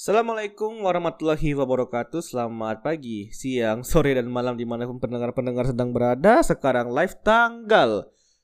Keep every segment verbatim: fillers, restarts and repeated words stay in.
Assalamualaikum warahmatullahi wabarakatuh. Selamat pagi, siang, sore, dan malam dimanapun pendengar-pendengar sedang berada. Sekarang live tanggal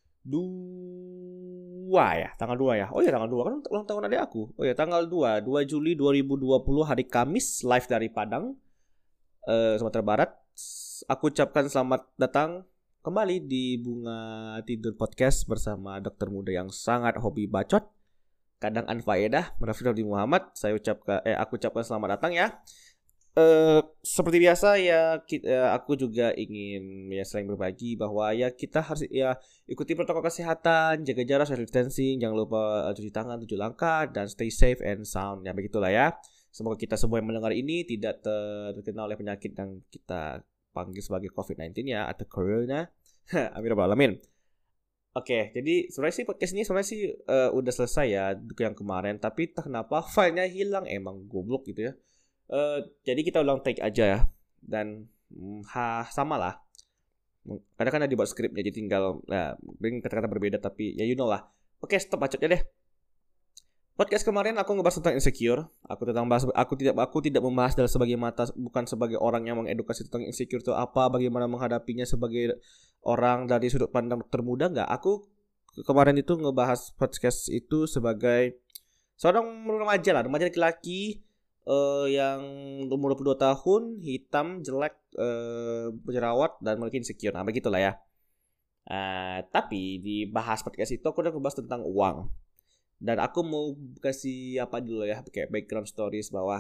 dua ya, tanggal dua ya. Oh ya, tanggal dua kan ulang tahun adik aku. Oh ya, tanggal dua, dua Juli dua ribu dua puluh, hari Kamis, live dari Padang, uh, Sumatera Barat. Aku ucapkan selamat datang kembali di Bunga Tidur Podcast bersama dokter muda yang sangat hobi bacot, kadang anfaedah, Raffi Muhammad. Saya ucapkan eh aku ucapkan selamat datang ya. Eh seperti biasa ya, kita, aku juga ingin ya sering berbagi bahwa ya kita harus ya ikuti protokol kesehatan, jaga jarak, social distancing, jangan lupa cuci tangan tujuh langkah, dan stay safe and sound ya, begitulah ya. Semoga kita semua yang mendengar ini tidak terkena oleh penyakit yang kita panggil sebagai covid sembilan belas ya, atau corona. Amin rabbal alamin. Oke, jadi sebenarnya sih podcast ini sebenarnya sih uh, udah selesai ya yang kemarin, tapi entah kenapa filenya hilang, emang goblok gitu ya. Uh, jadi kita ulang take aja ya, dan mm, ha sama lah. Kadang kan ada dibuat skripnya, jadi tinggal nah, bring kata-kata berbeda, tapi ya you know lah. Oke, stop bacotnya deh. Podcast kemarin aku ngebahas tentang insecure. Aku tentang bahas, aku tidak aku tidak membahas dari sebagai mata, bukan sebagai orang yang mengedukasi tentang insecure itu apa, bagaimana menghadapinya sebagai orang dari sudut pandang dokter muda. Enggak, aku kemarin itu ngebahas podcast itu sebagai seorang remaja lah, remaja laki-laki uh, yang umur dua puluh dua tahun, hitam, jelek, uh, berjerawat, dan memiliki insecure. Nah, begitulah ya. Uh, tapi di bahas podcast itu aku udah ngebahas tentang uang. Dan aku mau kasih apa dulu ya, kayak background stories bahwa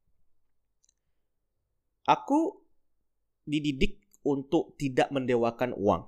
aku dididik untuk tidak mendewakan uang.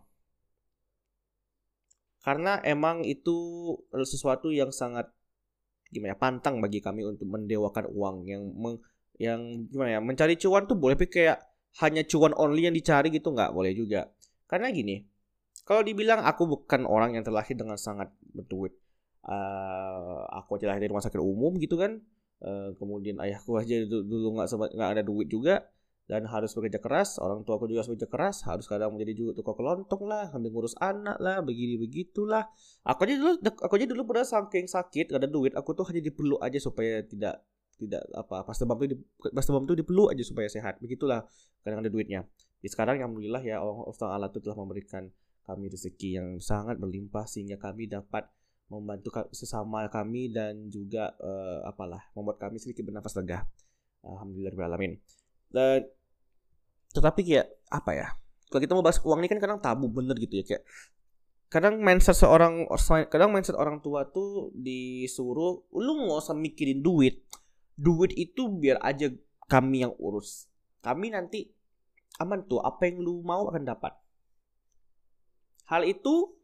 Karena emang itu sesuatu yang sangat gimana ya, pantang bagi kami untuk mendewakan uang, yang meng, yang gimana ya, mencari cuan tuh boleh, tapi kayak hanya cuan only yang dicari gitu nggak boleh juga. Karena gini, kalau dibilang aku bukan orang yang terlahir dengan sangat berduit. Uh, aku aja lahir dari rumah sakit umum gitu kan, uh, kemudian ayahku aja dulu nggak nggak ada duit juga dan harus bekerja keras, orang tua aku juga harus bekerja keras, harus kadang menjadi juga tukang kelontong lah, sambil ngurus anak lah, begini begitulah. Aku aja dulu aku aja dulu pernah saking sakit gak ada duit, aku tuh hanya dipeluk aja supaya tidak tidak apa pas demam tuh di, pas demam tuh dipeluk aja supaya sehat, begitulah kadang ada duitnya. Jadi sekarang alhamdulillah ya, Allah Taala itu telah memberikan kami rezeki yang sangat berlimpah sehingga kami dapat membantu sesama kami dan juga uh, apalah membuat kami sedikit bernafas lega. Alhamdulillahirobbilalamin. Dan tetapi kayak apa ya? Kalau kita mau bahas uang ini kan kadang tabu bener gitu ya, kayak kadang mindset seorang kadang mindset orang tua tuh disuruh lu nggak usah mikirin duit. Duit itu biar aja kami yang urus. Kami nanti aman tuh, apa yang lu mau akan dapat. Hal itu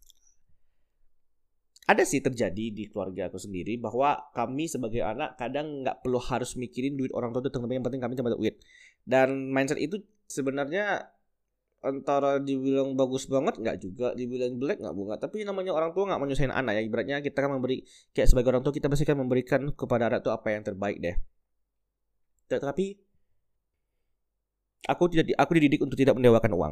ada sih terjadi di keluarga aku sendiri, bahwa kami sebagai anak kadang nggak perlu harus mikirin duit orang tua itu, yang penting kami cuma duit. Dan mindset itu sebenarnya antara dibilang bagus banget nggak juga, dibilang jelek nggak bunga. Tapi namanya orang tua nggak mau nyusahin anak ya, ibaratnya kita kan memberi, kayak sebagai orang tua kita pasti kan memberikan kepada anak itu apa yang terbaik deh. Tetapi aku tidak aku dididik untuk tidak mendewakan uang.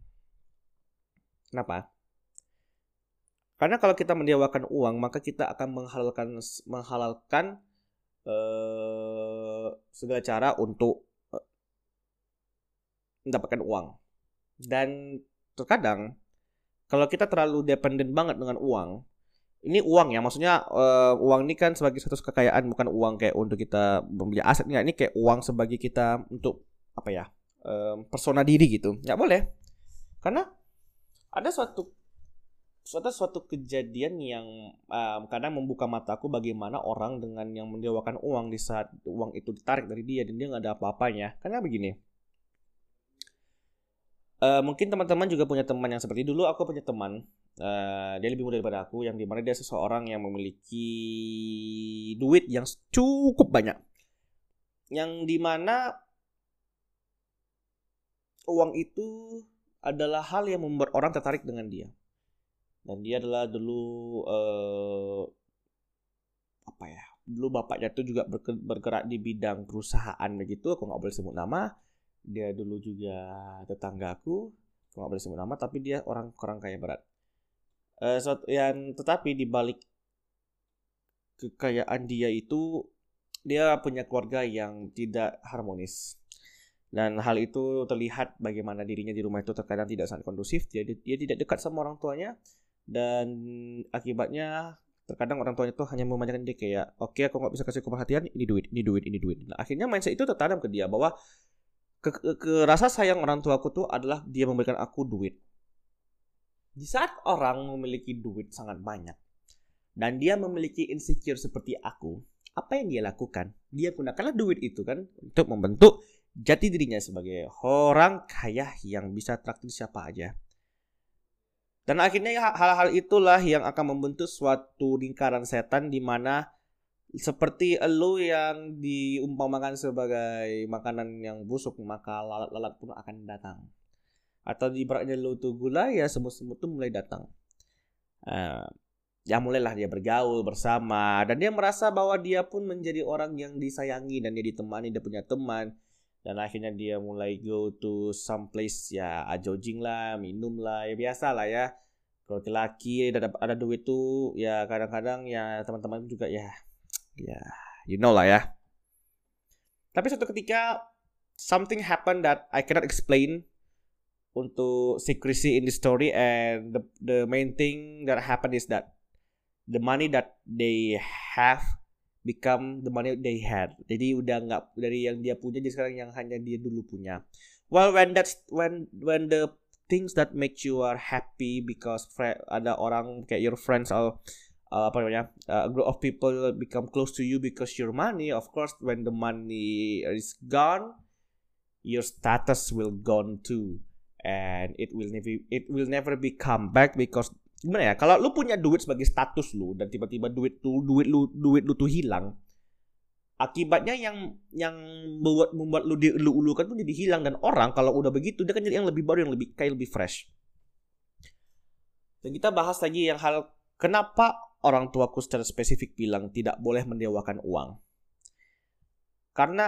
Kenapa? Karena kalau kita mendewakan uang, maka kita akan menghalalkan menghalalkan uh, segala cara untuk uh, mendapatkan uang. Dan terkadang kalau kita terlalu dependen banget dengan uang, ini uang ya, maksudnya uh, uang ini kan sebagai satu kekayaan, bukan uang kayak untuk kita membeli asetnya. Ini kayak uang sebagai kita untuk apa ya, uh, persona diri gitu. Nggak boleh. Karena ada suatu suatu suatu kejadian yang um, kadang membuka mataku bagaimana orang dengan yang mendewakan uang di saat uang itu ditarik dari dia dan dia nggak ada apa-apanya. Karena begini, uh, mungkin teman-teman juga punya teman yang seperti dulu aku punya teman, uh, dia lebih muda daripada aku, yang dimana dia seseorang yang memiliki duit yang cukup banyak, yang dimana uang itu adalah hal yang membuat orang tertarik dengan dia. Dan dia adalah dulu uh, apa ya? Dulu bapaknya tuh juga bergerak di bidang perusahaan begitu. Aku nggak boleh sebut nama. Dia dulu juga tetanggaku. Aku nggak boleh sebut nama. Tapi dia orang orang kaya berat. Uh, so, yang tetapi di balik kekayaan dia itu dia punya keluarga yang tidak harmonis. Dan hal itu terlihat bagaimana dirinya di rumah itu terkadang tidak sangat kondusif. Dia, dia tidak dekat sama orang tuanya. Dan akibatnya terkadang orang tuanya tuh hanya memanjakan dia kayak, oke okay, aku gak bisa kasih perhatian, ini duit, ini duit, ini duit. Nah, akhirnya mindset itu tertanam ke dia bahwa ke, ke, ke rasa sayang orang tua aku tuh adalah dia memberikan aku duit. Di saat orang memiliki duit sangat banyak dan dia memiliki insecure seperti aku, apa yang dia lakukan? Dia gunakanlah duit itu kan untuk membentuk jati dirinya sebagai orang kaya yang bisa traktir siapa aja. Dan akhirnya hal-hal itulah yang akan membentuk suatu lingkaran setan di mana seperti elu yang diumpamakan sebagai makanan yang busuk, maka lalat-lalat pun akan datang. Atau ibaratnya elu itu gula, ya semut-semut itu mulai datang. Uh, ya mulailah dia bergaul bersama dan dia merasa bahwa dia pun menjadi orang yang disayangi dan dia ditemani, dia punya teman. Dan akhirnya dia mulai go to some place ya, jogging lah, minum lah, ya biasa lah ya. Kalau laki-laki ada, ada duit tuh ya kadang-kadang ya teman-teman juga ya, ya you know lah ya. Tapi suatu ketika something happened that I cannot explain untuk secrecy in the story, and the the main thing that happened is that the money that they have become the money they had. Jadi udah nggak dari yang dia punya jadi sekarang yang hanya dia dulu punya. Well, when that's when when the things that make you are happy because fr- ada orang kayak your friends or uh, apa namanya uh, a group of people become close to you because your money. Of course, when the money is gone, your status will gone too, and it will never it will never be come back because gimana ya, kalau lu punya duit sebagai status lu dan tiba-tiba duit tuh duit lu duit lu tuh hilang, akibatnya yang yang membuat membuat lu diulu-ulukan pun jadi hilang. Dan orang kalau udah begitu dia kan jadi yang lebih baru, yang lebih kayak lebih fresh. Dan kita bahas lagi yang hal kenapa orang tuaku secara spesifik bilang tidak boleh mendewakan uang. Karena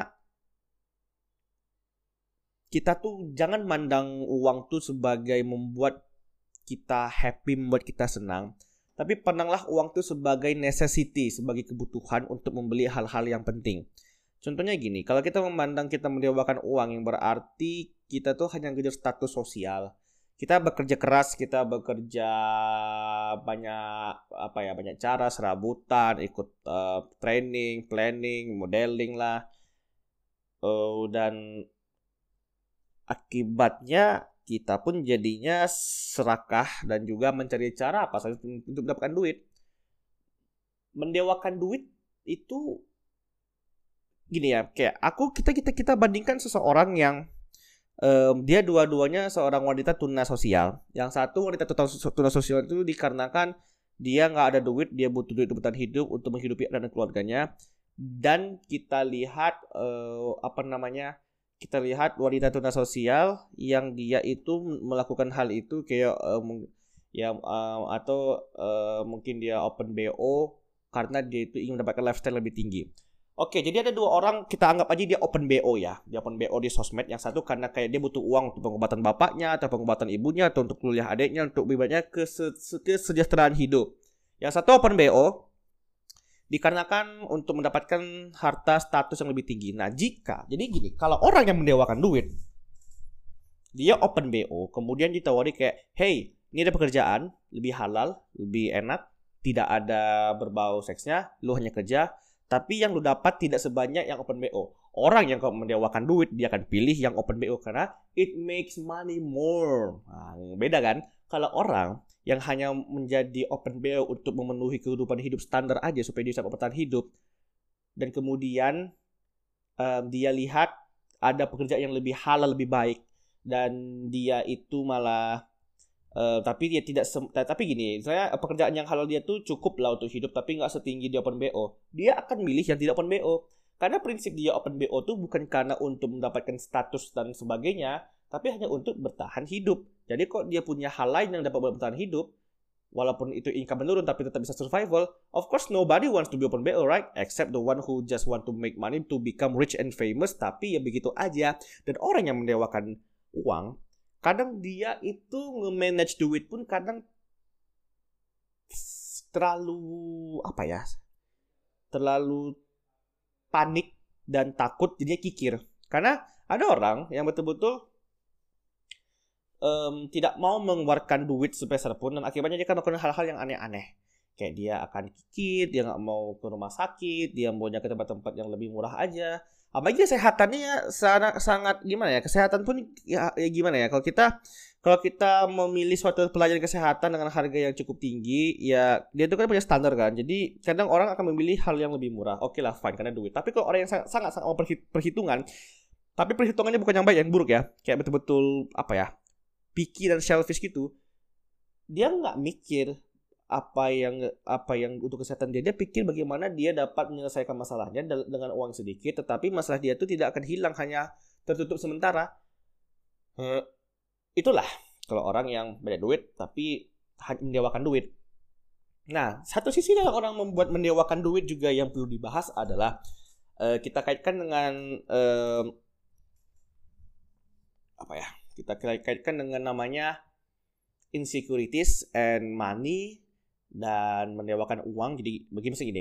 kita tuh jangan mandang uang tuh sebagai membuat kita happy, membuat kita senang. Tapi pandanglah uang itu sebagai necessity, sebagai kebutuhan untuk membeli hal-hal yang penting. Contohnya gini, kalau kita memandang kita mendewakan uang, yang berarti kita tuh hanya ngejar status sosial. Kita bekerja keras, kita bekerja banyak apa ya, banyak cara, serabutan, ikut uh, training, planning, modeling lah. Uh, dan akibatnya kita pun jadinya serakah dan juga mencari cara apa saja untuk mendapatkan duit. Mendewakan duit itu gini ya, kayak aku kita kita kita bandingkan seseorang yang um, dia dua-duanya seorang wanita tuna sosial. Yang satu wanita tuna sosial itu dikarenakan dia nggak ada duit, dia butuh duit untuk bertahan hidup, untuk menghidupi dan keluarganya. Dan kita lihat uh, apa namanya? Kita lihat wanita tuna sosial yang dia itu melakukan hal itu kayak um, ya um, atau uh, mungkin dia open B O karena dia itu ingin mendapatkan lifestyle lebih tinggi. Oke, jadi ada dua orang, kita anggap aja dia open B O ya. Dia open B O di sosmed. Yang satu karena kayak dia butuh uang untuk pengobatan bapaknya atau pengobatan ibunya atau untuk kuliah adiknya, untuk bibanya kesejahteraan hidup. Yang satu open B O dikarenakan untuk mendapatkan harta status yang lebih tinggi. Nah, jika jadi gini, kalau orang yang mendewakan duit, dia open B O, kemudian ditawari kayak, hey, ini ada pekerjaan lebih halal, lebih enak, tidak ada berbau seksnya, lu hanya kerja, tapi yang lu dapat tidak sebanyak yang open B O. Orang yang kalau mendewakan duit, dia akan pilih yang open B O karena it makes money more. Nah, beda kan? Kalau orang yang hanya menjadi open B O untuk memenuhi kehidupan hidup standar aja supaya dia bisa bertahan hidup, dan kemudian um, dia lihat ada pekerjaan yang lebih halal, lebih baik, dan dia itu malah uh, tapi dia tidak sem- tapi gini, saya pekerjaan yang halal dia tuh cukup lah untuk hidup, tapi nggak setinggi dia open B O. Dia akan milih yang tidak open B O karena prinsip dia open B O tuh bukan karena untuk mendapatkan status dan sebagainya, tapi hanya untuk bertahan hidup. Jadi kok dia punya hal lain yang dapat bertahan hidup, walaupun itu income menurun tapi tetap bisa survival. Of course nobody wants to be open B O, right? Except the one who just want to make money to become rich and famous. Tapi ya begitu aja. Dan orang yang mendewakan uang, kadang dia itu nge-manage duit pun kadang terlalu apa ya? Terlalu panik dan takut, jadinya kikir. Karena ada orang yang betul-betul um, tidak mau mengeluarkan duit sepeser pun, dan akibatnya dia akan melakukan hal-hal yang aneh-aneh. Kayak dia akan kikir, dia nggak mau ke rumah sakit, dia maunya ke tempat-tempat yang lebih murah aja. Apalagi kesehatannya sangat sangat gimana ya? Kesehatan pun ya, ya gimana ya? Kalau kita kalau kita memilih suatu pelajaran kesehatan dengan harga yang cukup tinggi, ya dia itu kan punya standar kan. Jadi kadang orang akan memilih hal yang lebih murah. Oke lah, fine karena duit. Tapi kalau orang yang sangat sangat, sangat mau perhitungan, tapi perhitungannya bukan yang baik, yang buruk ya. Kayak betul-betul apa ya? Picky dan selfish gitu. Dia nggak mikir apa yang apa yang untuk kesehatan dia, dia pikir bagaimana dia dapat menyelesaikan masalahnya dengan uang sedikit, tetapi masalah dia itu tidak akan hilang, hanya tertutup sementara. Hmm, itulah kalau orang yang banyak duit tapi mendewakan duit. Nah, satu sisi yang orang membuat mendewakan duit juga yang perlu dibahas adalah uh, kita kaitkan dengan uh, apa ya? Kita kaitkan dengan namanya insecurities and money dan mendewakan uang. Jadi begini segini.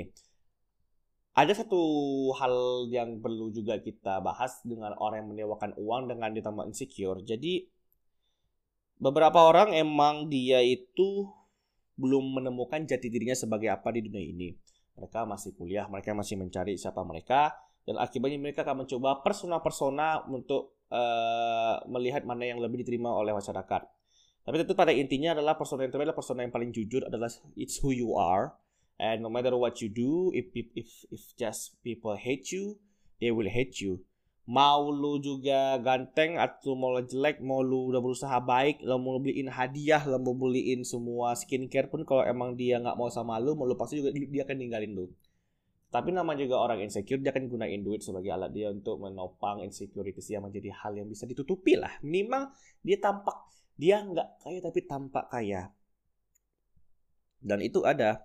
Ada satu hal yang perlu juga kita bahas dengan orang yang mendewakan uang dengan ditambah insecure. Jadi beberapa orang emang dia itu belum menemukan jati dirinya sebagai apa di dunia ini. Mereka masih kuliah, mereka masih mencari siapa mereka, dan akibatnya mereka akan mencoba persona-persona untuk uh, melihat mana yang lebih diterima oleh masyarakat. Tapi tentu pada intinya adalah persona yang terbaik adalah persona yang paling jujur, adalah it's who you are, and no matter what you do, if if if just people hate you, they will hate you. Mau lu juga ganteng atau mau lu jelek, mau lu udah berusaha baik, lo mau beliin hadiah, lo mau beliin semua skincare pun, kalau emang dia nggak mau sama lu, mau lu pasti juga dia akan ninggalin lu. Tapi nama juga orang insecure, dia akan gunain duit sebagai alat dia untuk menopang insecurities yang menjadi hal yang bisa ditutupi lah. Minimal dia tampak, dia nggak kaya tapi tampak kaya. Dan itu ada.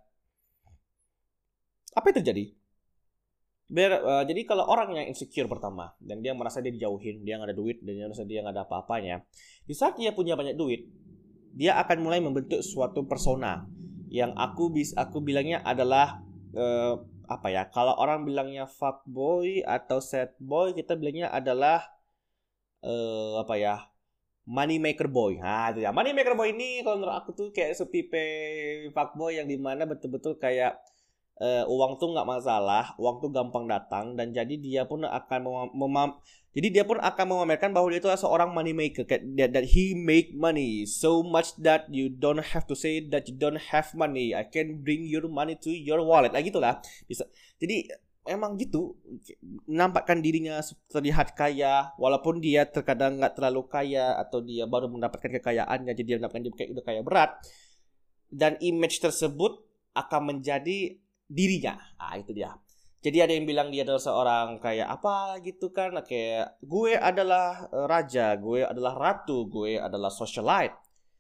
Apa yang terjadi? Ber, uh, jadi kalau orang yang insecure pertama, dan dia merasa dia dijauhin, dia nggak ada duit, dan dia merasa dia nggak ada apa-apanya, di saat dia punya banyak duit, dia akan mulai membentuk suatu persona yang aku bis, aku bilangnya adalah uh, apa ya? Kalau orang bilangnya fuckboy atau sad boy, kita bilangnya adalah uh, apa ya? Money maker boy. Nah, itu ya. Money maker boy ini kalau menurut aku tuh kayak setipe fuckboy yang dimana betul-betul kayak uh, uang tuh nggak masalah, uang tuh gampang datang, dan jadi dia pun akan mem- mem- jadi dia pun akan memamerkan bahwa dia itu adalah seorang money maker, that, that he make money so much that you don't have to say that you don't have money. I can bring your money to your wallet. Lah gitulah. Bisa. Jadi emang gitu, menampakkan dirinya terlihat kaya walaupun dia terkadang nggak terlalu kaya, atau dia baru mendapatkan kekayaannya, jadi dia mendapatkan dia kayak udah kaya berat, dan image tersebut akan menjadi dirinya. Ah itu dia. Jadi ada yang bilang dia adalah seorang kayak apa gitu kan, kayak gue adalah raja, gue adalah ratu, gue adalah socialite.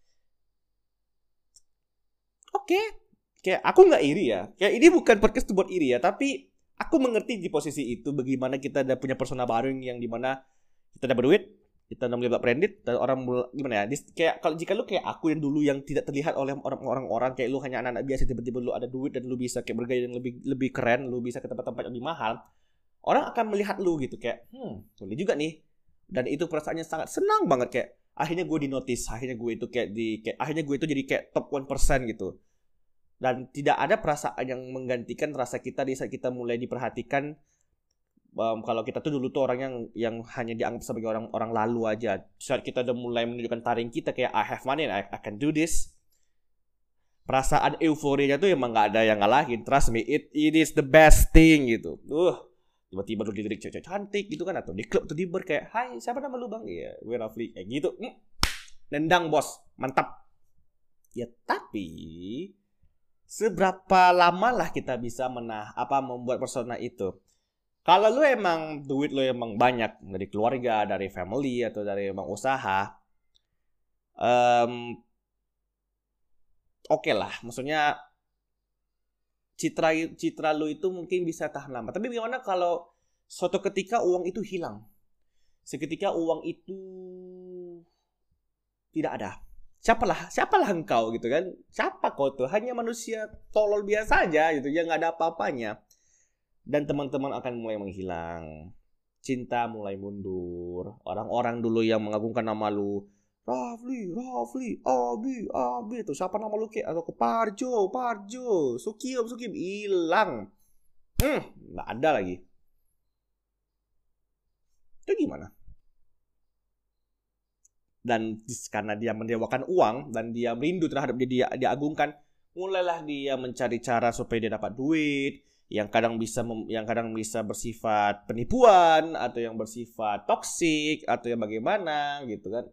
Oke, okay. Kayak aku nggak iri ya. Kayak ini bukan podcast buat iri ya, tapi aku mengerti di posisi itu bagaimana kita ada punya persona baru yang dimana kita dapat duit, kita udah mulai branded, dan orang gimana ya? Kayak kalau jika lu kayak aku yang dulu yang tidak terlihat oleh orang-orang, kayak lu hanya anak-anak biasa, tiba-tiba lu ada duit dan lu bisa kayak bergaya yang lebih lebih keren, lu bisa ke tempat-tempat yang lebih mahal, orang akan melihat lu gitu kayak, hmm, boleh juga nih. Dan itu perasaannya sangat senang banget, kayak akhirnya gue di notice, akhirnya gue itu kayak di kayak akhirnya gue itu jadi kayak top one persen gitu. Dan tidak ada perasaan yang menggantikan rasa kita di saat kita mulai diperhatikan. Um, kalau kita tuh dulu tuh orang yang yang hanya dianggap sebagai orang orang lalu aja. Saat kita udah mulai menunjukkan taring kita kayak I have money and I, I can do this, perasaan euforianya tuh emang nggak ada yang ngalahin. Trust me, it it is the best thing gitu. Uh, tiba-tiba lu dilirik cewek cantik gitu kan, atau di klub atau di bar kayak, hai siapa nama lu bang? Iya, gue Rafli, kayak gitu. Mm. Nendang bos, mantap. Ya tapi seberapa lama lah kita bisa menah apa membuat persona itu? Kalau lu emang duit lu emang banyak dari keluarga, dari family, atau dari emang usaha, um, oke okay lah. Maksudnya citra citra lu itu mungkin bisa tahan lama. Tapi bagaimana kalau suatu ketika uang itu hilang? Seketika uang itu tidak ada. Siapalah, siapalah engkau gitu kan? Siapa kau tuh? Hanya manusia tolol biasa aja gitu, yang nggak ada apa-apanya. dan teman-teman akan mulai menghilang. Cinta mulai mundur. Orang-orang dulu yang mengagungkan nama lu, Rafli, Rafli, Abi, Abi, itu siapa nama lu, Kek? Atau ke Parjo, Parjo, Sukim, Sukim, hilang. Hmm, nggak ada lagi. Itu gimana? Dan karena dia mendewakan uang dan dia merindu terhadap dia, dia diagungkan, mulailah dia mencari cara supaya dia dapat duit, yang kadang bisa mem, yang kadang bisa bersifat penipuan atau yang bersifat toksik atau yang bagaimana gitu kan.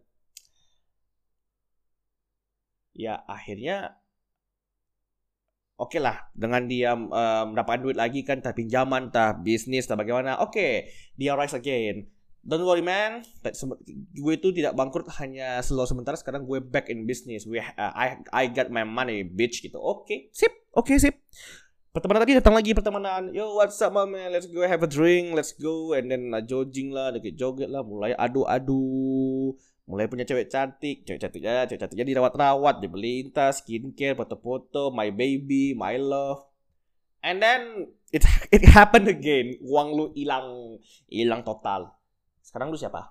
Ya akhirnya oke okay lah, dengan dia mendapatkan um, duit lagi kan, entah pinjaman, entah bisnis, entah bagaimana. Oke, okay, dia rise again. Don't worry man, gue itu tidak bangkrut hanya slow sementara. Sekarang gue back in business. We, uh, I, I got my money, bitch gitu. Oke, okay, sip, oke okay, sip. Pertemanan tadi datang lagi pertemanan. Yo, what's up man? Let's go have a drink, let's go. And then uh, jogging lah, dikit joget lah. Mulai adu-adu. Mulai punya cewek cantik. Cewek cantiknya, cewek cantiknya dirawat-rawat, dibeliin tas, skincare, foto-foto, my baby, my love. And then it it happened again. Uang lu hilang, hilang total. Sekarang lu siapa?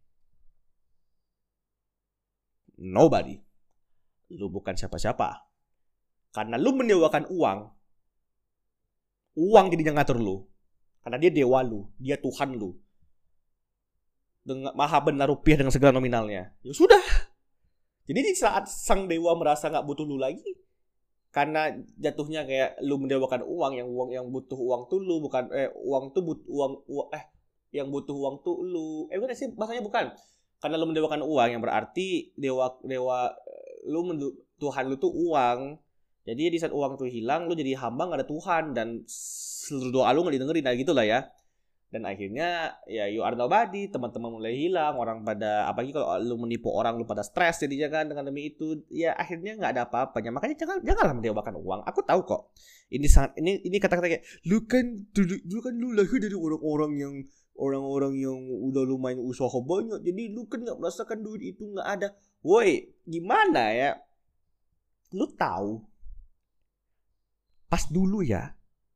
Nobody. Lu bukan siapa-siapa. Karena lu mendewakan uang. Uang jadinya ngatur lu. Karena dia dewa lu, dia Tuhan lu. Dengan maha benar rupiah dengan segala nominalnya. Ya sudah. Jadi di saat sang dewa merasa gak butuh lu lagi, karena jatuhnya kayak lu mendewakan uang, yang uang yang butuh uang tuh lu, bukan eh uang tuh butuh uang, uang eh yang butuh uang tuh lu. Eh bukan sih, bahasanya bukan. Karena lu mendewakan uang, yang berarti dewa dewa lu mendu, Tuhan lu tuh uang. Jadi di saat uang tuh hilang, lu jadi hamba gak ada Tuhan, dan seluruh doa lu gak didengerin, nah gitu lah ya. Dan akhirnya ya you are nobody, teman-teman mulai hilang, orang pada, apalagi kalau lu menipu orang, lu pada stres jadinya kan dengan demi itu, ya akhirnya nggak ada apa-apanya. Makanya jangan janganlah mendewakan uang. Aku tahu kok. Ini sangat ini ini kata-kata kayak lu kan dulu, dulu kan lu lahir dari orang-orang yang orang-orang yang udah lumayan usaha banyak, jadi lu kan nggak merasakan duit itu nggak ada. Woi, gimana ya? Lu tahu? Pas dulu ya,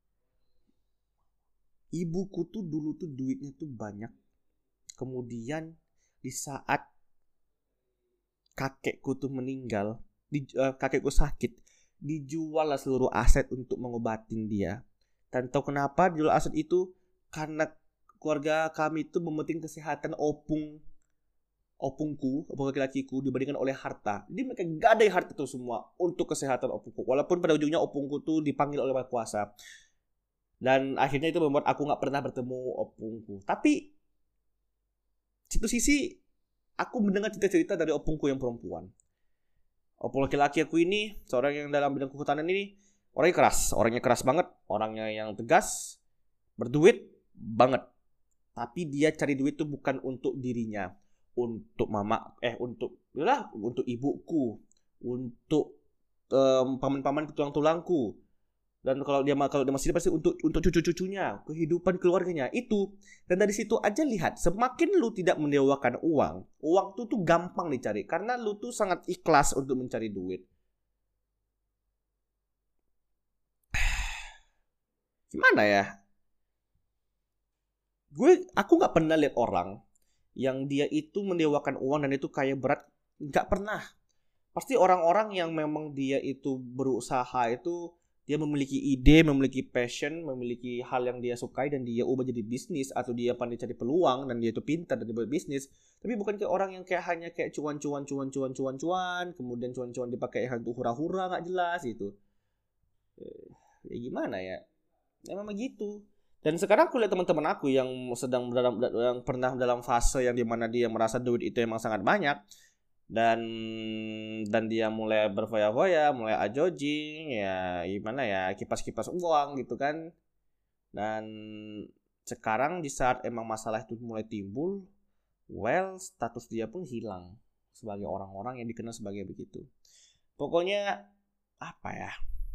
ibuku tuh dulu tuh duitnya tuh banyak. Kemudian di saat kakekku tuh meninggal, di, uh, kakekku sakit, dijual lah seluruh aset untuk mengobatin dia. Dan tahu kenapa dijual aset itu? Karena keluarga kami itu mementing kesehatan opung opungku, opung laki-lakiku dibandingkan oleh harta. Jadi mereka gadai harta itu semua untuk kesehatan opungku. Walaupun pada ujungnya opungku tuh dipanggil oleh Maha Kuasa. Dan akhirnya itu membuat aku gak pernah bertemu opungku. Tapi satu sisi aku mendengar cerita-cerita dari opungku yang perempuan. Opung laki-laki aku ini, seorang yang dalam bidang kehutanan ini, orangnya keras. Orangnya keras banget. Orangnya yang tegas. Berduit banget. Tapi dia cari duit itu bukan untuk dirinya. Untuk mama, eh untuk, yalah, untuk ibuku. Untuk um, paman-paman tulang-tulangku. Dan kalau dia kalau dia masih pasti untuk untuk cucu-cucunya, kehidupan keluarganya itu. Dan dari situ aja lihat, semakin lu tidak mendewakan uang, uang tuh tuh gampang dicari karena lu tuh sangat ikhlas untuk mencari duit. Gimana ya? Gue aku nggak pernah lihat orang yang dia itu mendewakan uang dan itu kaya berat, nggak pernah. Pasti orang-orang yang memang dia itu berusaha itu, dia memiliki ide, memiliki passion, memiliki hal yang dia sukai dan dia ubah jadi bisnis, atau dia pandai cari peluang dan dia itu pintar dan dia buat bisnis. Tapi bukan kayak orang yang kayak hanya kayak cuan-cuan cuan-cuan cuan-cuan, kemudian cuan-cuan dipakai untuk hura-hura nggak jelas gitu. Ya gimana ya? Ya memang gitu. Dan sekarang aku lihat teman-teman aku yang sedang dalam yang pernah dalam fase yang dimana dia merasa duit itu emang sangat banyak. Dan dan dia mulai berfoya-foya, mulai ajojing, ya gimana ya, kipas-kipas uang gitu kan. Dan sekarang di saat emang masalah itu mulai timbul, well, status dia pun hilang sebagai orang-orang yang dikenal sebagai begitu. Pokoknya apa ya?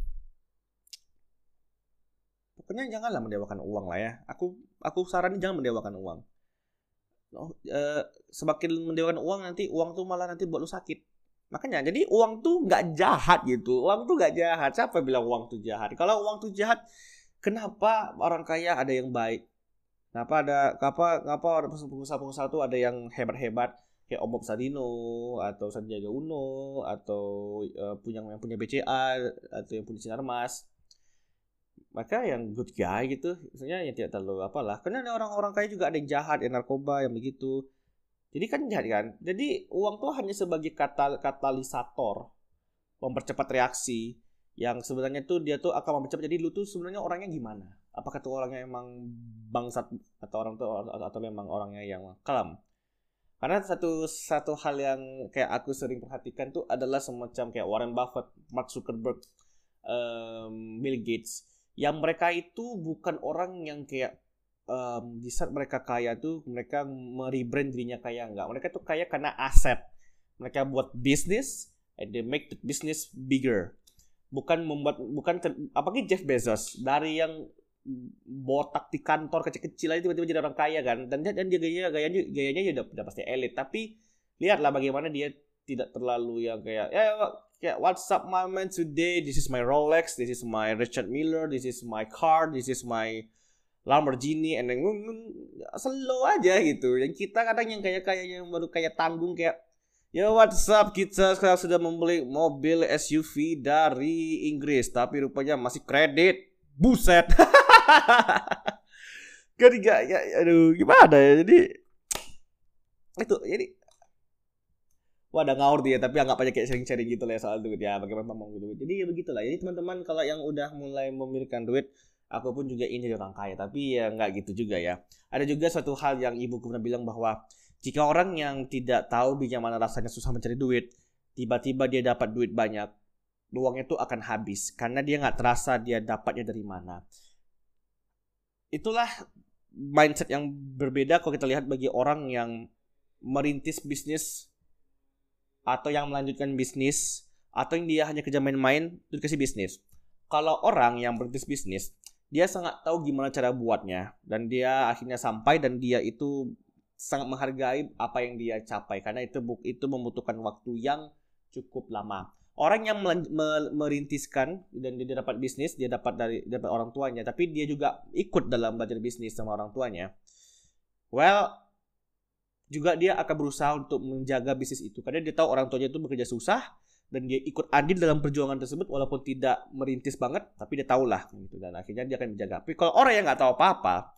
Pokoknya janganlah mendewakan uang lah ya. Aku aku saranin jangan mendewakan uang. Oh, uh, semakin mendewakan uang, nanti uang tuh malah nanti buat lu sakit. Makanya jadi uang tuh nggak jahat gitu. Uang tuh nggak jahat. Siapa bilang uang tuh jahat? Kalau uang tuh jahat, kenapa orang kaya ada yang baik? Kenapa ada kenapa kenapa orang pengusaha-pengusaha tuh ada yang hebat-hebat kayak Om Bob Sadino atau Sandiaga Uno atau uh, punya yang punya B C A atau yang punya Sinarmas. Maka yang good guy gitu, misalnya yang tidak terlalu apalah. Karena ada orang-orang kaya juga ada yang jahat, yang narkoba, yang begitu. Jadi kan jahat kan. Jadi uang tuh hanya sebagai katal- katalisator, mempercepat reaksi. Yang sebenarnya tuh dia tuh akan mempercepat. Jadi lu tuh sebenarnya orangnya gimana? Apakah tuh orangnya emang bangsat atau orang tuh atau memang orangnya yang kalem? Karena satu satu hal yang kayak aku sering perhatikan tuh adalah semacam kayak Warren Buffett, Mark Zuckerberg, um, Bill Gates. Yang mereka itu bukan orang yang kayak um, di saat mereka kaya tuh mereka merebrand dirinya kaya, enggak. Mereka tuh kaya karena aset. Mereka buat bisnis and they make the business bigger. Bukan membuat bukan apalagi Jeff Bezos dari yang botak di kantor kecil-kecil aja tiba-tiba jadi orang kaya kan. Dan dia dan dia gayanya gayanya gayanya ya udah, udah pasti elit, tapi lihatlah bagaimana dia tidak terlalu yang kayak ya kayak what's up my man today, this is my Rolex, this is my Richard Miller, this is my car, this is my Lamborghini, and then slow aja gitu. Yang kita kadang yang kayak kayaknya baru kayak tanggung kayak ya what's up, kita sekarang sudah membeli mobil S U V dari Inggris tapi rupanya masih kredit, buset. Ketiga ya aduh gimana ya, jadi itu jadi wah ada ngawur dia, tapi anggap aja kayak sharing-sharing gitu lah ya soal duit ya, bagaimana mau duit. Jadi ya begitulah. Jadi teman-teman kalau yang udah mulai memikirkan duit, aku pun juga ingin jadi orang kaya, tapi ya nggak gitu juga ya. Ada juga suatu hal yang ibuku pernah bilang bahwa jika orang yang tidak tahu bagaimana rasanya susah mencari duit, tiba-tiba dia dapat duit banyak, uangnya itu akan habis karena dia nggak terasa dia dapatnya dari mana. Itulah mindset yang berbeda kalau kita lihat bagi orang yang merintis bisnis atau yang melanjutkan bisnis, atau yang dia hanya kerja main-main terus kasih bisnis. Kalau orang yang berintis bisnis, dia sangat tahu gimana cara buatnya, dan dia akhirnya sampai, dan dia itu sangat menghargai apa yang dia capai karena itu itu membutuhkan waktu yang cukup lama. Orang yang melan- me- merintiskan dan dia dapat bisnis, dia dapat dari dapat orang tuanya, tapi dia juga ikut dalam belajar bisnis sama orang tuanya. Well, juga dia akan berusaha untuk menjaga bisnis itu karena dia tahu orang tuanya itu bekerja susah dan dia ikut andil dalam perjuangan tersebut walaupun tidak merintis banget, tapi dia tahulah gitu, dan akhirnya dia akan menjaga. Tapi kalau orang yang nggak tahu apa-apa,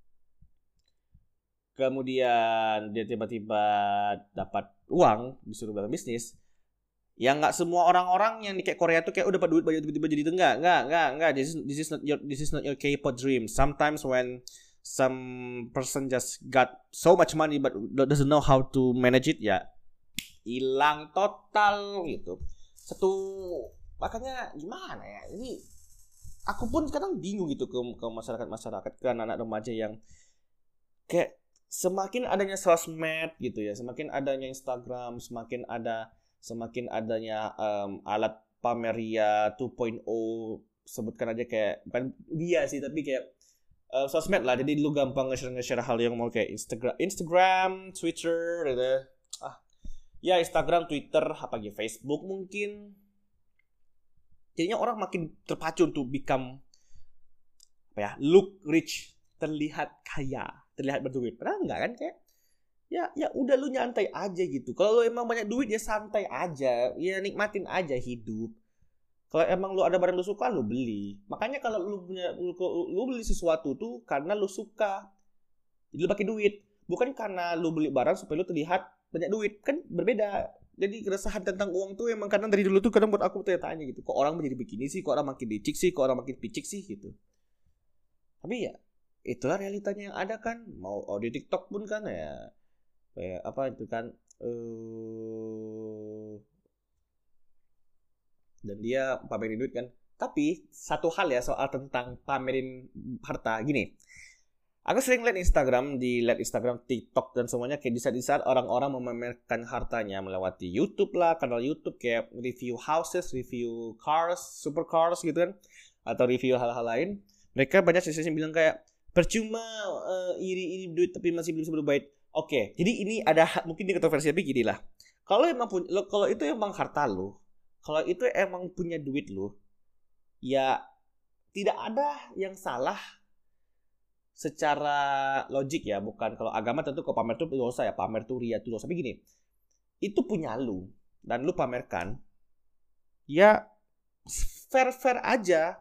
kemudian dia tiba-tiba dapat uang disuruh dalam bisnis, ya nggak semua orang-orang yang di kayak Korea tuh kayak udah dapat duit banyak tiba-tiba jadi enggak, enggak, enggak, enggak. This is this is not your this is not your K-pop dream. Sometimes when some person just got so much money but doesn't know how to manage it, ya hilang total gitu. Satu makanya gimana ya? Ini aku pun kadang bingung gitu ke ke masyarakat-masyarakat, ke anak-anak remaja yang kayak semakin adanya sosmed gitu ya, semakin adanya Instagram, semakin ada semakin adanya um, alat pameria dua titik nol, sebutkan aja kayak bukan dia sih tapi kayak Uh, sosmed lah, jadi lu gampang nge-share, nge-share hal yang mau kayak Instagram, Instagram, Twitter, gitu. Ah, ya Instagram, Twitter, apa gitu, Facebook mungkin. Jadinya orang makin terpacu untuk become apa ya, look rich, terlihat kaya, terlihat berduit. Padahal enggak kan, kayak ya ya udah lu nyantai aja gitu. Kalau lu emang banyak duit ya santai aja, ya nikmatin aja hidup. Kalau emang lu ada barang lu suka, lu beli. Makanya kalau lu punya lu, lu beli sesuatu tuh karena lu suka, jadi lu pakai duit. Bukan karena lu beli barang supaya lu terlihat banyak duit, kan berbeda. Jadi keresahan tentang uang tuh emang kadang dari dulu tuh kadang buat aku tanya-tanya gitu. Kok orang menjadi begini sih? Kok orang makin licik sih? Kok orang makin picik sih gitu. Tapi ya itulah realitanya yang ada kan. Mau oh, di TikTok pun kan ya kayak apa itu kan uh, dan dia pamerin duit kan. Tapi satu hal ya soal tentang pamerin harta gini. Aku sering lihat Instagram, di lihat Instagram, TikTok dan semuanya kayak di saat di saat orang-orang memamerkan hartanya melewati YouTube lah, kanal YouTube kayak review houses, review cars, supercars gitu kan, atau review hal-hal lain. Mereka banyak sisi yang bilang kayak percuma uh, iri-iri duit tapi masih belum bisa berbuat. Oke, jadi ini ada mungkin di kontroversi tapi gini lah. Kalau emang punya, kalau itu emang harta lo, kalau itu emang punya duit lo, ya tidak ada yang salah secara logik ya, bukan kalau agama tentu kalau pamer itu dosa ya, pamer itu ria itu dosa. Tapi gini, itu punya lu dan lu pamerkan, ya fair-fair aja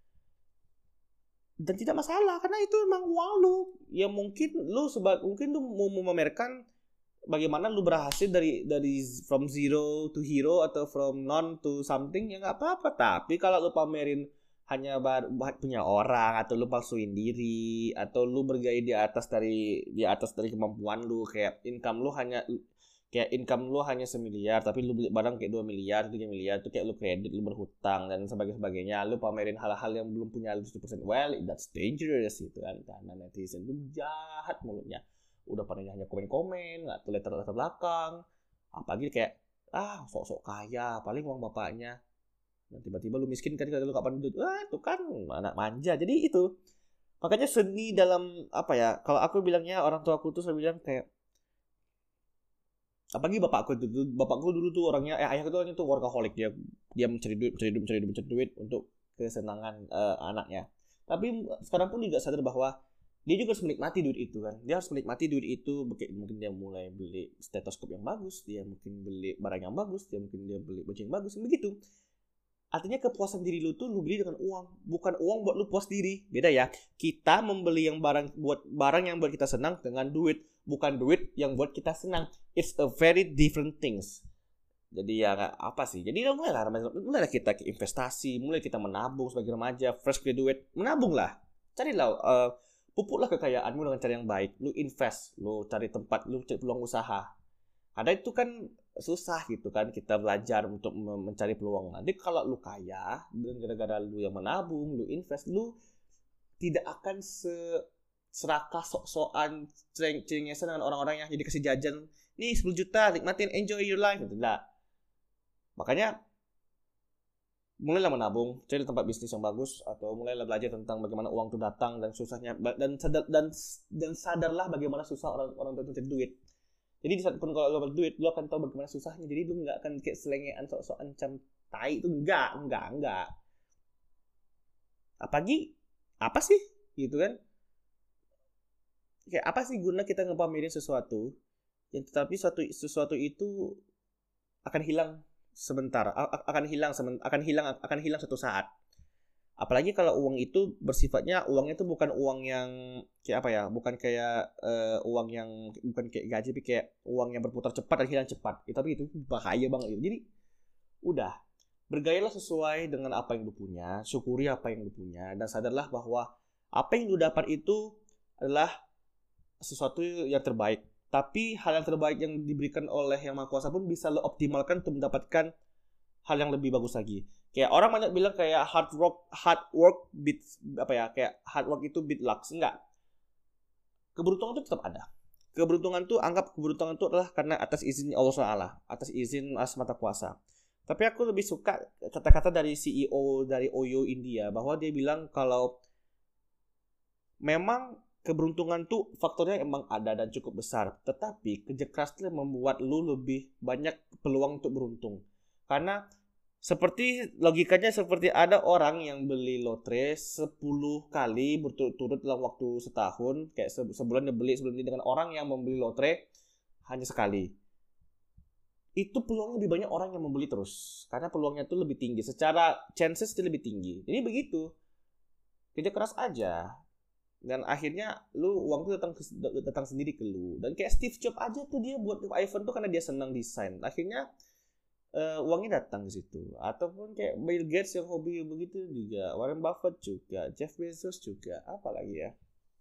dan tidak masalah karena itu emang uang lu. Ya mungkin lu sebab mungkin lu mau memamerkan bagaimana lu berhasil dari dari from zero to hero atau from none to something, ya nggak apa-apa. Tapi kalau lu pamerin hanya bar, punya orang, atau lu palsuin diri, atau lu bergaya di atas dari di atas dari kemampuan lu, kayak income lu hanya kayak income lu hanya semiliar tapi lu beli barang kayak dua miliar, tiga miliar, itu kayak lu kredit, lu berhutang dan sebagainya, lu pamerin hal-hal yang belum punya lu tujuh persen. Well, that's dangerous gitu kan, karena netizen itu jahat mulutnya. Udah pernah hanya komen-komen, nggak tuh letter-letter belakang, apalagi kayak ah sok-sok kaya, paling uang bapaknya. Dan tiba-tiba lu miskin kan kalau lu kapan duit, wah itu kan anak manja. Jadi itu makanya seni dalam apa ya, kalau aku bilangnya, orang tua aku tuh selalu bilang kayak, apalagi bapakku dulu, bapakku dulu tuh orangnya, eh ayahku tuh orangnya tuh workaholic, dia dia mencari duit, mencari duit, mencari duit, mencari duit untuk kesenangan uh, anaknya. Tapi sekarang pun juga sadar bahwa dia juga harus menikmati duit itu kan. Dia harus menikmati duit itu. Mungkin dia mulai beli stetoskop yang bagus, dia mungkin beli barang yang bagus, dia mungkin dia beli baju yang bagus, begitu. Artinya kepuasan diri lu tuh lu beli dengan uang, bukan uang buat lu puas diri. Beda ya. Kita membeli yang barang buat barang yang buat kita senang dengan duit, bukan duit yang buat kita senang. It's a very different things. Jadi ya gak, apa sih? Jadi mulai lah, mulai kita ke investasi, mulai kita menabung sebagai remaja, fresh graduate, menabung lah. Carilah, uh, pupuklah kekayaanmu dengan cara yang baik. Lu invest, lu cari tempat, lu cari peluang usaha. Ada itu kan susah gitu kan, kita belajar untuk mencari peluang. Nanti kalau lu kaya dan gara-gara lu yang menabung, lu invest, lu tidak akan se serakah sok-sokan ceng-cengesan dengan orang-orang yang jadi kasih jajan, nih sepuluh juta nikmatin, enjoy your life gitu lah. Makanya mulailah menabung, cari tempat bisnis yang bagus, atau mulailah belajar tentang bagaimana uang itu datang dan susahnya, dan sadar dan dan sadarlah bagaimana susah orang-orang itu cari duit. Jadi di saat pun kalau lo berduit, lo akan tahu bagaimana susahnya. Jadi lo nggak akan kayak selengean sok-sokan macam tai itu, enggak, enggak, enggak. Apalagi apa sih gitu kan? Kayak apa sih guna kita ngepamerin sesuatu yang tetapi suatu sesuatu itu akan hilang sebentar, akan hilang akan hilang akan hilang suatu saat. Apalagi kalau uang itu bersifatnya, uangnya itu bukan uang yang kayak apa ya, bukan kayak uh, uang yang bukan kayak gaji, tapi kayak uang yang berputar cepat dan hilang cepat. Itu tapi itu bahaya banget gitu. Jadi udah, bergayalah sesuai dengan apa yang lu punya, syukuri apa yang lu punya, dan sadarlah bahwa apa yang lu dapat itu adalah sesuatu yang terbaik. Tapi hal yang terbaik yang diberikan oleh Yang Maha Kuasa pun bisa lo optimalkan untuk mendapatkan hal yang lebih bagus lagi. Kayak orang banyak bilang kayak hard work hard work beats apa ya, kayak hard work itu beat luck. Enggak. Keberuntungan itu tetap ada. Keberuntungan itu, anggap keberuntungan itu adalah karena atas izin Allah subhanahu wa taala, atas izin Allah Maha Kuasa. Tapi aku lebih suka kata-kata dari C E O dari Oyo India, bahwa dia bilang kalau memang keberuntungan tuh faktornya emang ada dan cukup besar, tetapi kerja keras itu membuat lu lebih banyak peluang untuk beruntung. Karena seperti logikanya, seperti ada orang yang beli lotre sepuluh kali berturut-turut dalam waktu setahun, kayak sebulan dia beli sebelum ini, dengan orang yang membeli lotre hanya sekali. Itu peluangnya lebih banyak orang yang membeli terus, karena peluangnya itu lebih tinggi, secara chances itu lebih tinggi. Jadi begitu, kerja keras aja, dan akhirnya lu uang tuh datang datang sendiri ke lu. Dan kayak Steve Jobs aja tuh, dia buat iPhone tuh karena dia senang desain, akhirnya uh, uangnya datang ke situ. Ataupun kayak Bill Gates yang hobi begitu juga, Warren Buffett juga, Jeff Bezos juga, apalagi ya.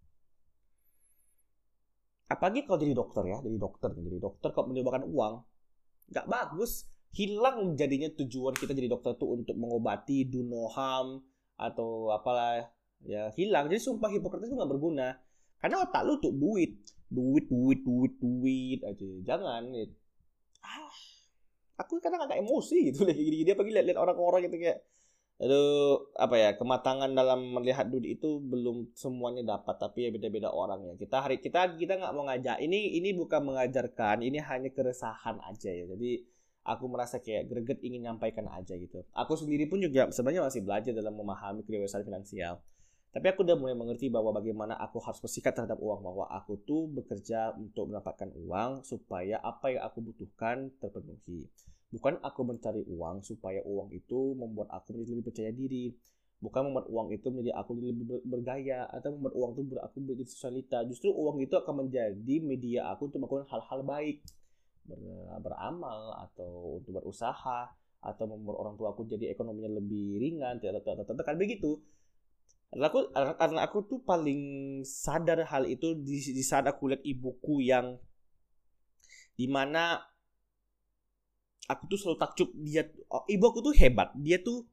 Apalagi kalau jadi dokter ya, jadi dokter, jadi dokter kalau menyumbangkan uang, nggak bagus. Hilang jadinya tujuan kita jadi dokter tuh untuk mengobati, do no harm atau apalah. Ya hilang. Jadi sumpah Hipokrates itu gak berguna, karena otak lu tuh duit, duit, duit, duit, duit aja. Jangan. Ya. Ah, aku kadang agak emosi gitu lihat gini-gini. Apalagi lihat-lihat orang-orang gitu kayak, aduh, apa ya, kematangan dalam melihat duit itu belum semuanya dapat, tapi ya beda-beda orang ya. Kita hari kita kita nggak mau ngajak. Ini ini bukan mengajarkan, ini hanya keresahan aja ya. Jadi aku merasa kayak greget ingin nyampaikan aja gitu. Aku sendiri pun juga sebenarnya masih belajar dalam memahami kedewasaan finansial. Tapi aku udah mulai mengerti bahwa bagaimana aku harus bersikap terhadap uang, bahwa aku tuh bekerja untuk mendapatkan uang supaya apa yang aku butuhkan terpenuhi. Bukan aku mencari uang supaya uang itu membuat aku menjadi lebih percaya diri. Bukan membuat uang itu menjadi aku lebih bergaya atau membuat uang itu ber aku menjadi sosialita. Justru uang itu akan menjadi media aku untuk melakukan hal-hal baik, ber, beramal atau untuk berusaha atau membuat orang tua aku jadi ekonominya lebih ringan, tidak kan begitu. Karena aku, karena aku tuh paling sadar hal itu di, di saat aku lihat ibuku yang dimana aku tuh selalu takjub dia, oh, ibu aku tuh hebat, dia tuh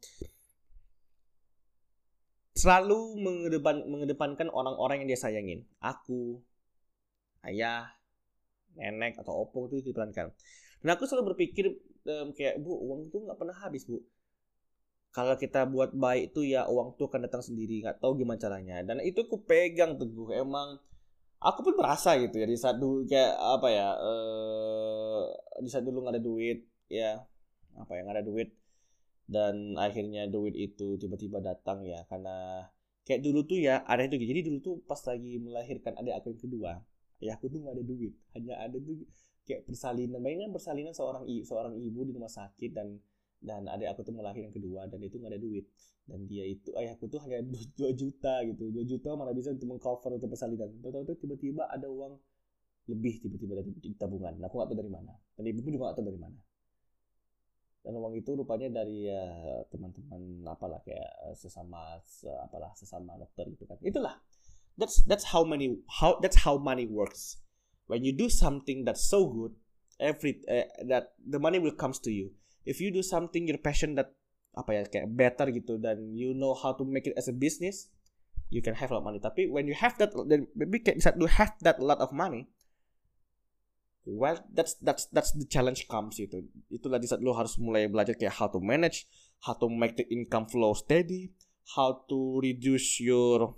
selalu mengedepan, mengedepankan orang-orang yang dia sayangin, aku, ayah, nenek atau opung itu dikedepankan. Dan aku selalu berpikir um, kayak bu, uang tuh nggak pernah habis bu. Kalau kita buat baik itu ya uang tuh akan datang sendiri, nggak tahu gimana caranya. Dan itu aku pegang teguh. Emang aku pun merasa gitu ya di saat dulu kayak apa ya, eh, di saat dulu nggak ada duit ya, apa ya nggak ada duit dan akhirnya duit itu tiba-tiba datang ya karena kayak dulu tuh ya ada itu. Jadi dulu tuh pas lagi melahirkan adik aku yang kedua, ya aku tuh nggak ada duit, hanya ada tuh kayak persalinan. Bayangin persalinan seorang seorang ibu di rumah sakit dan dan adik aku tuh melahirkan yang kedua dan itu nggak ada duit dan dia itu ayahku tuh hanya dua juta gitu, dua juta mana bisa untuk mengcover untuk persalinan. Tahu-tahu tuh tiba-tiba ada uang lebih tiba-tiba dari tabungan. Nah, aku nggak tahu dari mana dan ibu pun juga nggak tahu dari mana. Dan uang itu rupanya dari ya, teman-teman apalah kayak sesama se, apalah sesama dokter gitu kan. Itulah that's that's how money how that's how money works. When you do something that's so good, every uh, that the money will comes to you. If you do something your passion that apa ya kayak better gitu dan you know how to make it as a business, you can have a lot of money. Tapi when you have that, then maybe kayak you have that lot of money, well that's that's that's the challenge comes itu. Itulah di saat lo harus mulai belajar kayak how to manage, how to make the income flow steady, how to reduce your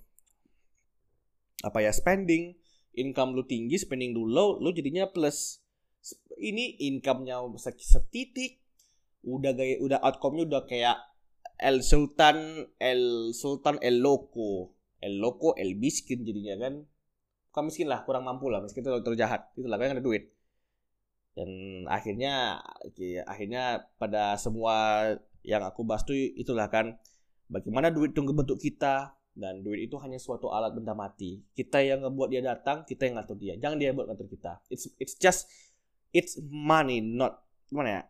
apa ya spending. Income lu tinggi, spending lu low, lu jadinya plus. Ini income-nya setitik, udah gaya, udah outcome-nya udah kayak El Sultan, El Sultan, El Loco, El Loco, El Miskin jadinya kan. Bukan miskin lah, kurang mampu lah, miskin itu terlalu jahat, itulah kan ada duit. Dan akhirnya, ya, akhirnya pada semua yang aku bahas tuh itulah kan, bagaimana duit itu ngebentuk kita. Dan duit itu hanya suatu alat benda mati. Kita yang ngebuat dia datang, kita yang ngatur dia. Jangan dia buat ngatur kita. It's it's just it's money, not gimana ya?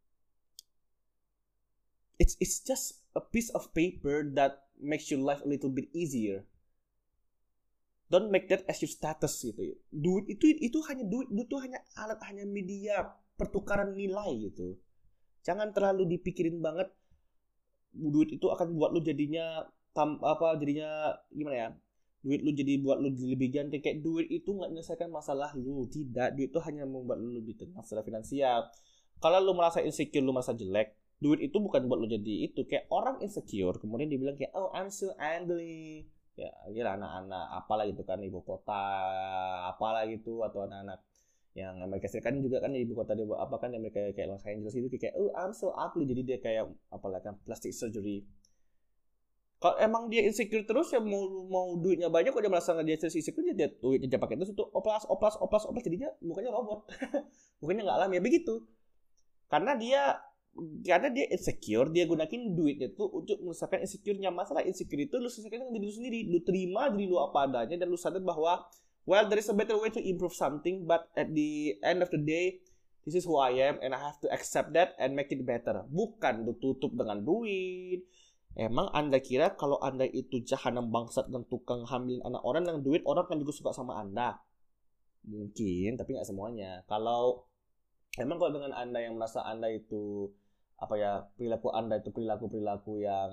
It's it's just a piece of paper that makes your life a little bit easier. Don't make that as your status gitu. Duit itu itu hanya duit, duit itu hanya alat, hanya media pertukaran nilai gitu. Jangan terlalu dipikirin banget. Duit itu akan buat lu jadinya tam, apa jadinya gimana ya, duit lu jadi buat lu lebih ganteng. Kayak duit itu nggak menyelesaikan masalah lu, tidak. Duit itu hanya membuat lu lebih tenang secara finansial. Kalau lu merasa insecure, lu merasa jelek, duit itu bukan buat lu jadi itu. Kayak orang insecure kemudian dibilang kayak oh I'm so ugly ya, gila anak-anak apalah gitu kan, ibu kota apalah gitu, atau anak-anak yang Amerika Serikat juga kan ibu kota dia apa kan Amerika kayak Los Angeles itu kayak oh I'm so ugly, jadi dia kayak apalah kan plastic surgery. Kalau emang dia insecure terus ya mau mau duitnya banyak, kok dia merasa nggak dia insecure, dia duitnya dia pakai terus untuk oplas oplas oplas oplas jadinya mukanya robot. Mukanya nggak alami ya begitu. Karena dia karena dia insecure, dia gunakin duitnya tuh untuk menyelesaikan insecure-nya. Masalah insecure itu lu selesaikan dengan diri lu sendiri. Lu terima diri lu apa adanya dan lu sadar bahwa well there is a better way to improve something, but at the end of the day this is who I am and I have to accept that and make it better. Bukan lu tutup dengan duit. Emang Anda kira kalau Anda itu jahanam bangsat dan tukang hamilin anak orang dengan duit, orang kan juga suka sama Anda? Mungkin, tapi nggak semuanya. Kalau emang kalau dengan Anda yang merasa Anda itu apa ya, perilaku Anda itu perilaku-perilaku yang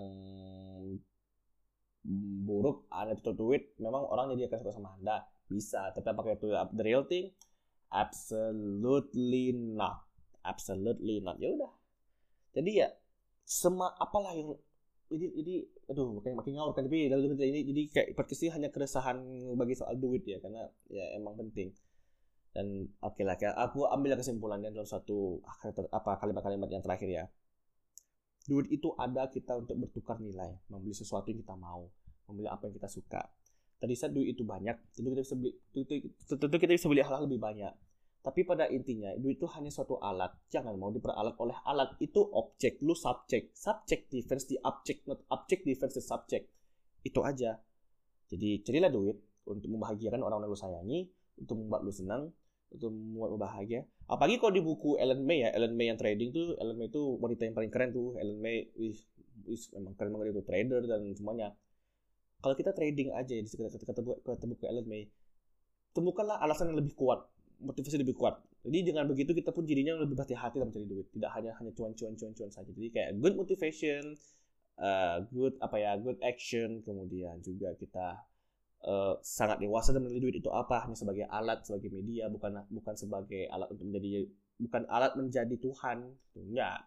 buruk, Anda tutup duit, memang orang jadi akan suka sama Anda. Bisa, tapi apakah itu the real thing? Absolutely not. Absolutely not. Ya udah. Jadi ya semua apalah yang Jadi, jadi, aduh, makin makin ngawur kan. Tapi ini jadi kayak podcast ini hanya keresahan bagi soal duit ya, karena ya emang penting. Dan oke okay lah, aku ambil kesimpulannya dalam satu apa kalimat-kalimat yang terakhir ya. Duit itu ada kita untuk bertukar nilai, membeli sesuatu yang kita mau, membeli apa yang kita suka. Tadi saat duit itu banyak, tentu kita bisa beli, tentu, tentu kita bisa beli hal-hal lebih banyak. Tapi pada intinya, duit itu hanya suatu alat. Jangan mau diperalat oleh alat. Itu objek, lu subjek. Subject defense the object, not object defense the subject. Itu aja. Jadi, carilah duit untuk membahagiakan orang-orang lu sayangi, untuk membuat lu senang, untuk membuat lu bahagia. Apalagi kalau di buku Ellen May ya, Ellen May yang trading tuh, Ellen May tuh wanita yang paling keren tuh. Ellen May, wih, wih memang keren banget itu, trader dan semuanya. Kalau kita trading aja ya, kata, kata, kata buku Ellen May, temukanlah alasan yang lebih kuat, motivasi lebih kuat. Jadi dengan begitu kita pun jadinya lebih berhati-hati dalam mencari duit, tidak hanya hanya cuan-cuan cuan-cuan saja. Jadi kayak good motivation, uh, good apa ya, good action, kemudian juga kita uh, sangat dewasa dalam menilai duit itu apa, hanya sebagai alat, sebagai media, bukan bukan sebagai alat untuk menjadi, bukan alat menjadi Tuhan. Enggak.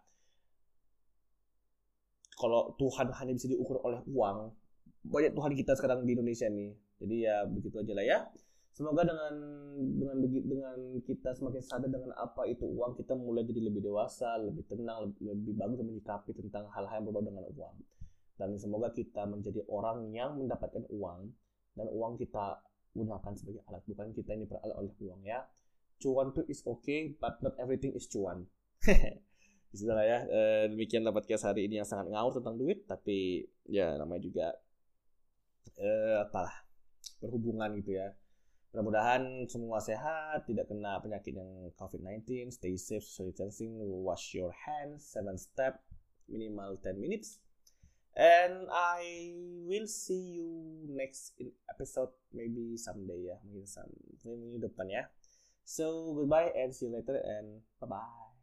Kalau Tuhan hanya bisa diukur oleh uang, banyak Tuhan kita sekarang di Indonesia nih. Jadi ya begitu aja lah ya. Semoga dengan dengan dengan kita semakin sadar dengan apa itu uang, kita mulai jadi lebih dewasa, lebih tenang, lebih, lebih bagus menyikapi tentang hal-hal yang berbau dengan uang. Dan semoga kita menjadi orang yang mendapatkan uang, dan uang kita gunakan sebagai alat, bukan kita ini peralat oleh uang ya. Cuan itu is okay, but not everything is cuan. Bismillah ya. E, demikian podcast hari ini yang sangat ngawur tentang duit, tapi ya namanya juga e, apalah berhubungan gitu ya. Mudah-mudahan semua sehat, tidak kena penyakit yang covid sembilan belas, stay safe, social distancing, wash your hands, seven step, minimal ten minutes. And I will see you next in episode, maybe someday ya, mungkin some minggu depan ya. So goodbye and see you later and bye-bye.